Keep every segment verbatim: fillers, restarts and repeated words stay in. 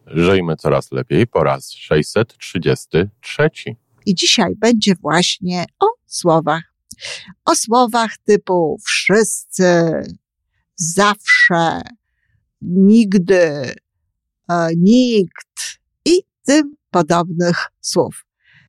Żyjmy coraz lepiej po raz sześćset trzydziesty trzeci. I dzisiaj będzie właśnie o słowach. O słowach typu wszyscy, zawsze, nigdy, e, nikt i tym podobnych słów.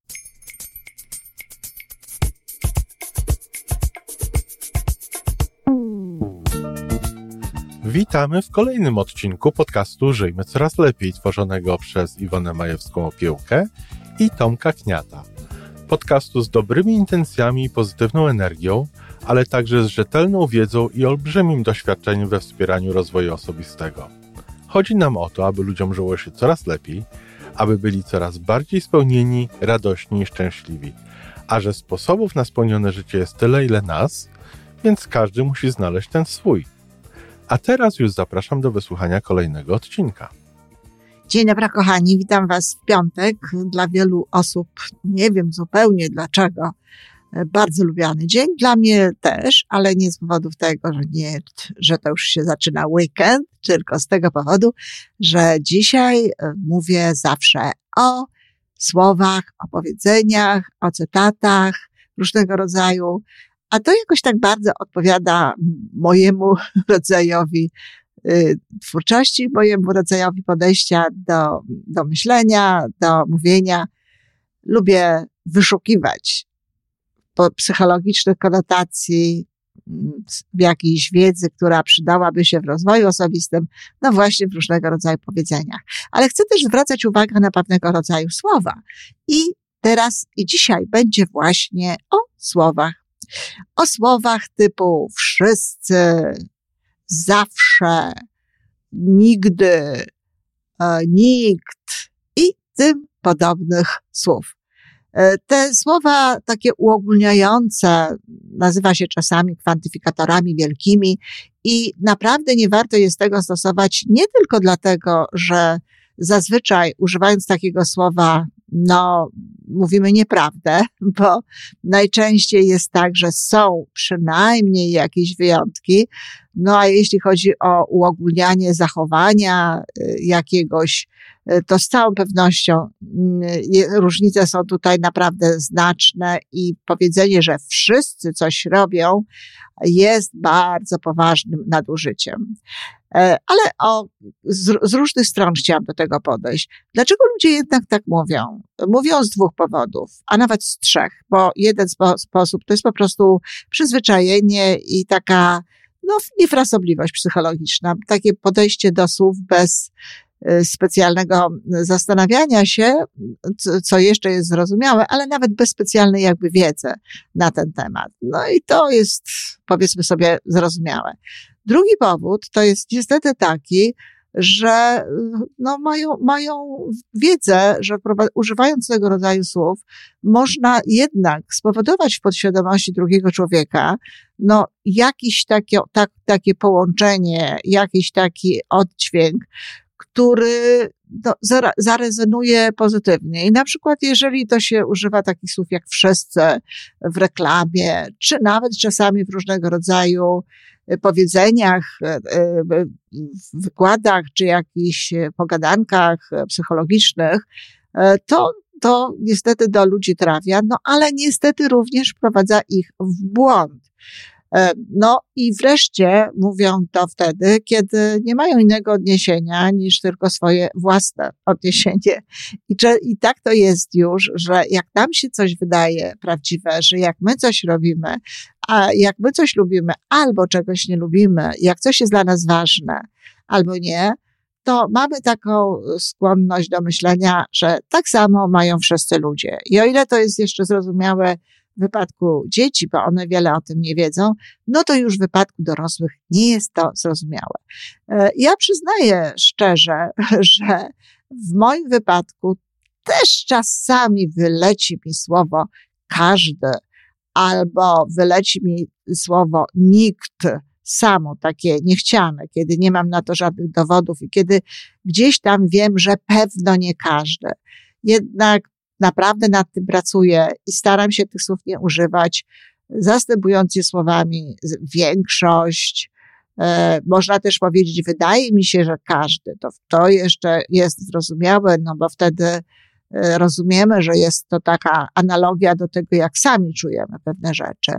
Witamy w kolejnym odcinku podcastu Żyjmy Coraz Lepiej, tworzonego przez Iwonę Majewską-Opiełkę i Tomka Kniata. Podcastu z dobrymi intencjami i pozytywną energią, ale także z rzetelną wiedzą i olbrzymim doświadczeniem we wspieraniu rozwoju osobistego. Chodzi nam o to, aby ludziom żyło się coraz lepiej, aby byli coraz bardziej spełnieni, radośni i szczęśliwi. A że sposobów na spełnione życie jest tyle, ile nas, więc każdy musi znaleźć ten swój. A teraz już zapraszam do wysłuchania kolejnego odcinka. Dzień dobry, kochani, witam Was w piątek. Dla wielu osób, nie wiem zupełnie dlaczego, bardzo lubiany dzień. Dla mnie też, ale nie z powodów tego, że nie, że to już się zaczyna weekend, tylko z tego powodu, że dzisiaj mówię zawsze o słowach, o powiedzeniach, o cytatach różnego rodzaju. A to jakoś tak bardzo odpowiada mojemu rodzajowi y, twórczości, mojemu rodzajowi podejścia do, do myślenia, do mówienia. Lubię wyszukiwać po psychologicznych konotacji w jakiejś wiedzy, która przydałaby się w rozwoju osobistym, no właśnie w różnego rodzaju powiedzeniach. Ale chcę też zwracać uwagę na pewnego rodzaju słowa. I teraz i dzisiaj będzie właśnie o słowach. O słowach typu wszyscy, zawsze, nigdy, e, nikt i tym podobnych słów. E, te słowa takie uogólniające nazywa się czasami kwantyfikatorami wielkimi i naprawdę nie warto jest tego stosować nie tylko dlatego, że zazwyczaj używając takiego słowa no, mówimy nieprawdę, bo najczęściej jest tak, że są przynajmniej jakieś wyjątki. No a jeśli chodzi o uogólnianie zachowania jakiegoś, to z całą pewnością różnice są tutaj naprawdę znaczne i powiedzenie, że wszyscy coś robią, jest bardzo poważnym nadużyciem. Ale o, z, z różnych stron chciałam do tego podejść. Dlaczego ludzie jednak tak mówią? Mówią z dwóch powodów, a nawet z trzech, bo jeden spo, sposób to jest po prostu przyzwyczajenie i taka no, niefrasobliwość psychologiczna, takie podejście do słów bez specjalnego zastanawiania się, co jeszcze jest zrozumiałe, ale nawet bez specjalnej jakby wiedzy na ten temat. No i to jest, powiedzmy sobie, zrozumiałe. Drugi powód to jest niestety taki, że no mają, mają wiedzę, że używając tego rodzaju słów można jednak spowodować w podświadomości drugiego człowieka no jakieś takie, tak, takie połączenie, jakiś taki oddźwięk, który no, zarezonuje pozytywnie. I na przykład jeżeli to się używa takich słów jak wszyscy w reklamie, czy nawet czasami w różnego rodzaju powiedzeniach, w wykładach, czy jakichś pogadankach psychologicznych, to, to niestety do ludzi trafia, no ale niestety również wprowadza ich w błąd. No i wreszcie mówią to wtedy, kiedy nie mają innego odniesienia niż tylko swoje własne odniesienie. I, I tak to jest już, że jak nam się coś wydaje prawdziwe, że jak my coś robimy, a jak my coś lubimy albo czegoś nie lubimy, jak coś jest dla nas ważne albo nie, to mamy taką skłonność do myślenia, że tak samo mają wszyscy ludzie. I o ile to jest jeszcze zrozumiałe w wypadku dzieci, bo one wiele o tym nie wiedzą, no to już w wypadku dorosłych nie jest to zrozumiałe. Ja przyznaję szczerze, że w moim wypadku też czasami wyleci mi słowo każdy, albo wyleci mi słowo nikt, samo takie niechciane, kiedy nie mam na to żadnych dowodów i kiedy gdzieś tam wiem, że pewno nie każdy. Jednak naprawdę nad tym pracuję i staram się tych słów nie używać, zastępując je słowami większość, Można też powiedzieć, wydaje mi się, że każdy. To, to jeszcze jest zrozumiałe, no bo wtedy rozumiemy, że jest to taka analogia do tego, jak sami czujemy pewne rzeczy.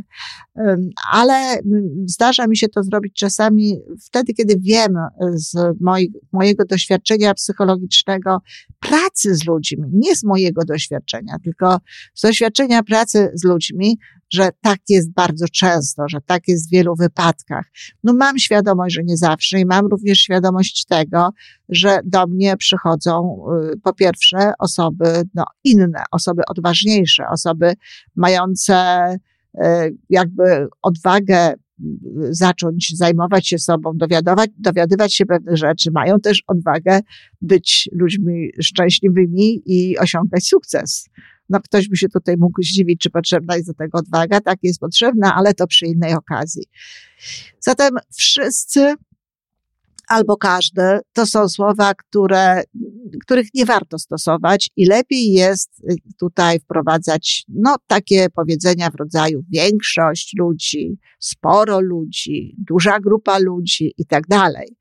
Ale zdarza mi się to zrobić czasami wtedy, kiedy wiem z moi, mojego doświadczenia psychologicznego pracy z ludźmi, nie z mojego doświadczenia, tylko z doświadczenia pracy z ludźmi, że tak jest bardzo często, że tak jest w wielu wypadkach. No mam świadomość, że nie zawsze i mam również świadomość tego, że do mnie przychodzą po pierwsze osoby no, inne, osoby odważniejsze, osoby mające jakby odwagę zacząć zajmować się sobą, dowiadywać, dowiadywać się pewnych rzeczy, mają też odwagę być ludźmi szczęśliwymi i osiągać sukces. No ktoś by się tutaj mógł zdziwić, czy potrzebna jest do tego odwaga. Tak, jest potrzebna, ale to przy innej okazji. Zatem wszyscy albo każdy to są słowa, które, których nie warto stosować i lepiej jest tutaj wprowadzać no takie powiedzenia w rodzaju większość ludzi, sporo ludzi, duża grupa ludzi i tak dalej.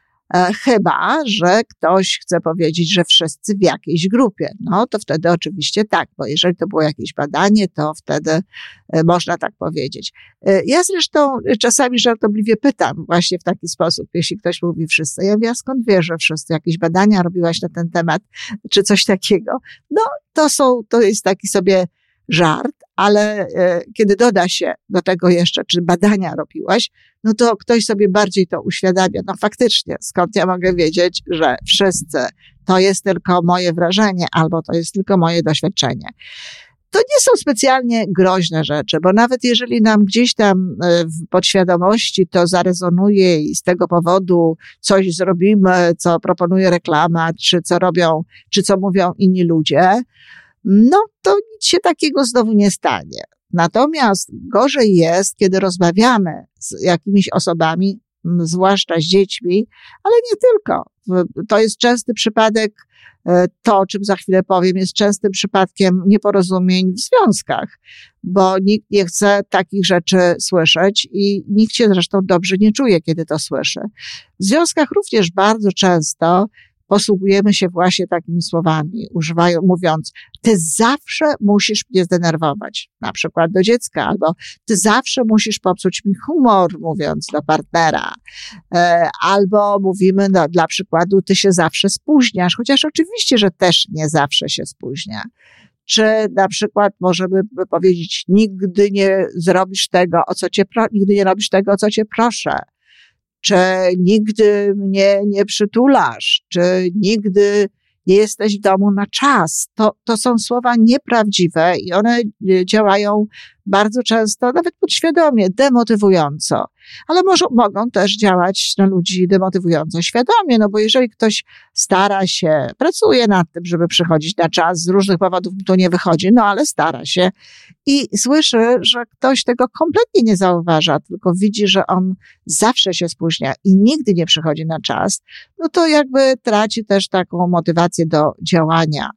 Chyba że ktoś chce powiedzieć, że wszyscy w jakiejś grupie. No to wtedy oczywiście tak, bo jeżeli to było jakieś badanie, to wtedy można tak powiedzieć. Ja zresztą czasami żartobliwie pytam właśnie w taki sposób, jeśli ktoś mówi wszyscy. Ja wiem, skąd wiesz, że wszyscy jakieś badania robiłaś na ten temat, czy coś takiego. No to są, to jest taki sobie żart, ale e, kiedy doda się do tego jeszcze, czy badania robiłaś, no to ktoś sobie bardziej to uświadamia. No faktycznie, skąd ja mogę wiedzieć, że wszyscy, to jest tylko moje wrażenie, albo to jest tylko moje doświadczenie. To nie są specjalnie groźne rzeczy, bo nawet jeżeli nam gdzieś tam w podświadomości to zarezonuje i z tego powodu coś zrobimy, co proponuje reklama, czy co robią, czy co mówią inni ludzie, no to nic się takiego znowu nie stanie. Natomiast gorzej jest, kiedy rozmawiamy z jakimiś osobami, zwłaszcza z dziećmi, ale nie tylko. To jest częsty przypadek, to o czym za chwilę powiem, jest częstym przypadkiem nieporozumień w związkach, bo nikt nie chce takich rzeczy słyszeć i nikt się zresztą dobrze nie czuje, kiedy to słyszy. W związkach również bardzo często posługujemy się właśnie takimi słowami, używają, mówiąc, ty zawsze musisz mnie zdenerwować, na przykład do dziecka, albo ty zawsze musisz popsuć mi humor, mówiąc do partnera, e, albo mówimy, no, dla przykładu, ty się zawsze spóźniasz, chociaż oczywiście, że też nie zawsze się spóźnia. Czy na przykład możemy powiedzieć, nigdy nie zrobisz tego, o co cię pro, nigdy nie robisz tego, o co cię proszę. Czy nigdy mnie nie przytulasz, czy nigdy nie jesteś w domu na czas. To, to są słowa nieprawdziwe i one działają bardzo często, nawet podświadomie, demotywująco. Ale może, mogą też działać na ludzi demotywująco świadomie, no bo jeżeli ktoś stara się, pracuje nad tym, żeby przychodzić na czas, z różnych powodów mu to nie wychodzi, no ale stara się i słyszy, że ktoś tego kompletnie nie zauważa, tylko widzi, że on zawsze się spóźnia i nigdy nie przychodzi na czas, no to jakby traci też taką motywację do działania.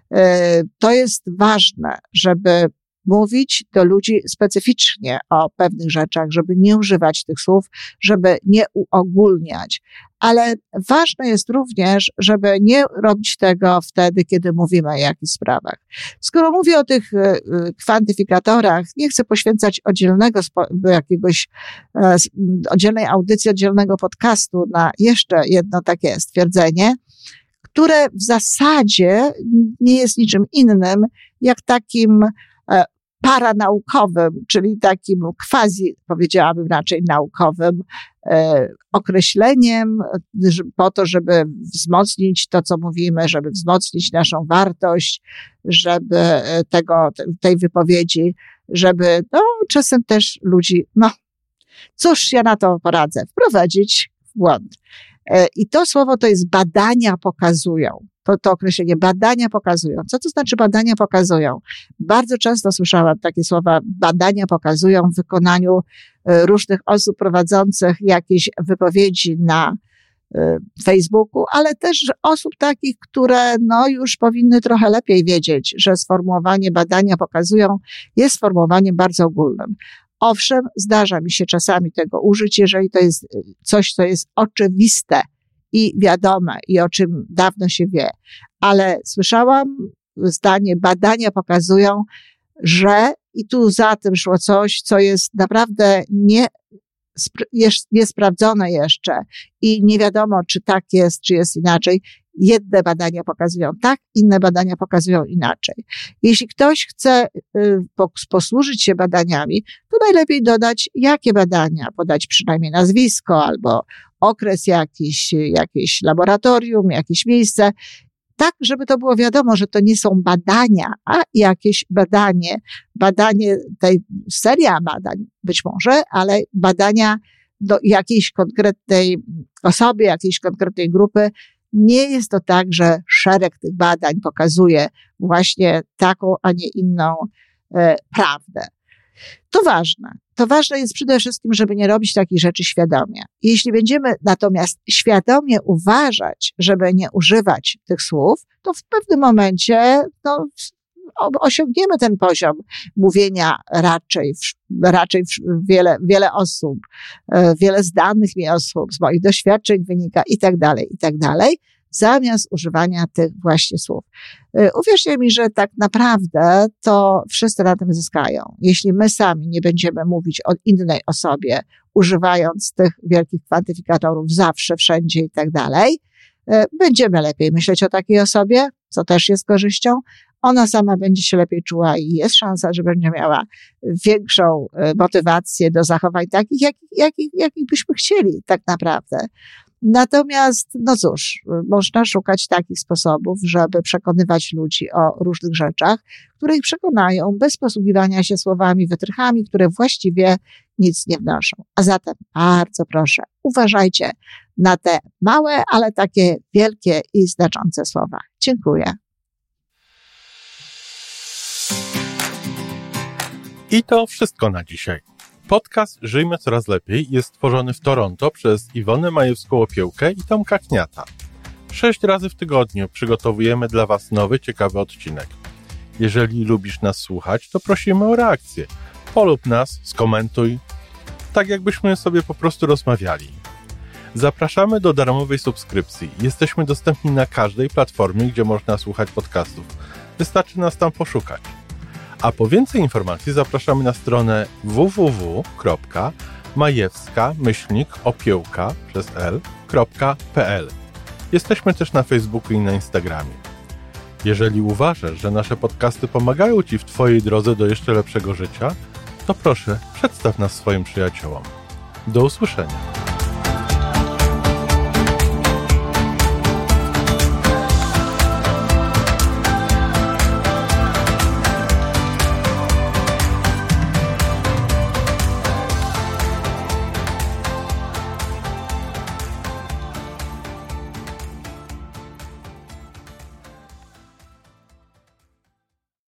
To jest ważne, żeby mówić do ludzi specyficznie o pewnych rzeczach, żeby nie używać tych słów, żeby nie uogólniać. Ale ważne jest również, żeby nie robić tego wtedy, kiedy mówimy o jakichś sprawach. Skoro mówię o tych kwantyfikatorach, nie chcę poświęcać oddzielnego, jakiegoś oddzielnej audycji, oddzielnego podcastu na jeszcze jedno takie stwierdzenie, które w zasadzie nie jest niczym innym, jak takim paranaukowym, czyli takim quasi, powiedziałabym raczej naukowym e, określeniem po to, żeby wzmocnić to, co mówimy, żeby wzmocnić naszą wartość, żeby tego, tej wypowiedzi, żeby no, czasem też ludzi, no cóż ja na to poradzę, wprowadzić w błąd. E, I to słowo to jest badania pokazują. To, to określenie badania pokazują. Co to znaczy badania pokazują? Bardzo często słyszałam takie słowa badania pokazują w wykonaniu różnych osób prowadzących jakieś wypowiedzi na Facebooku, ale też osób takich, które no już powinny trochę lepiej wiedzieć, że sformułowanie badania pokazują jest sformułowaniem bardzo ogólnym. Owszem, zdarza mi się czasami tego użyć, jeżeli to jest coś, co jest oczywiste i wiadome i o czym dawno się wie. Ale słyszałam zdanie, badania pokazują, że i tu za tym szło coś, co jest naprawdę nie, jest niesprawdzone jeszcze i nie wiadomo, czy tak jest, czy jest inaczej. Jedne badania pokazują tak, inne badania pokazują inaczej. Jeśli ktoś chce posłużyć się badaniami, to najlepiej dodać, jakie badania, podać przynajmniej nazwisko albo okres jakiś, jakieś laboratorium, jakieś miejsce, tak, żeby to było wiadomo, że to nie są badania, a jakieś badanie, badanie tej, seria badań być może, ale badania do jakiejś konkretnej osoby, jakiejś konkretnej grupy. Nie jest to tak, że szereg tych badań pokazuje właśnie taką, a nie inną e, prawdę. To ważne. To ważne jest przede wszystkim, żeby nie robić takich rzeczy świadomie. Jeśli będziemy natomiast świadomie uważać, żeby nie używać tych słów, to w pewnym momencie no, osiągniemy ten poziom mówienia raczej, raczej wiele, wiele osób, wiele zdanych mi osób, z moich doświadczeń wynika i tak dalej, i tak dalej, zamiast używania tych właśnie słów. Uwierzcie mi, że tak naprawdę to wszyscy na tym zyskają. Jeśli my sami nie będziemy mówić o innej osobie, używając tych wielkich kwantyfikatorów zawsze, wszędzie i tak dalej, będziemy lepiej myśleć o takiej osobie, co też jest korzyścią. Ona sama będzie się lepiej czuła i jest szansa, że będzie miała większą motywację do zachowań takich, jakich, jakich, jakich byśmy chcieli tak naprawdę. Natomiast, no cóż, można szukać takich sposobów, żeby przekonywać ludzi o różnych rzeczach, które ich przekonają bez posługiwania się słowami, wytrychami, które właściwie nic nie wnoszą. A zatem bardzo proszę, uważajcie na te małe, ale takie wielkie i znaczące słowa. Dziękuję. I to wszystko na dzisiaj. Podcast Żyjmy Coraz Lepiej jest stworzony w Toronto przez Iwonę Majewską-Opiełkę i Tomka Kniata. Sześć razy w tygodniu przygotowujemy dla Was nowy, ciekawy odcinek. Jeżeli lubisz nas słuchać, to prosimy o reakcję. Polub nas, skomentuj, tak jakbyśmy sobie po prostu rozmawiali. Zapraszamy do darmowej subskrypcji. Jesteśmy dostępni na każdej platformie, gdzie można słuchać podcastów. Wystarczy nas tam poszukać. A po więcej informacji zapraszamy na stronę w w w kropka majewska myślnik opiełka przez l kropka p l. Jesteśmy też na Facebooku i na Instagramie. Jeżeli uważasz, że nasze podcasty pomagają Ci w Twojej drodze do jeszcze lepszego życia, to proszę, przedstaw nas swoim przyjaciołom. Do usłyszenia.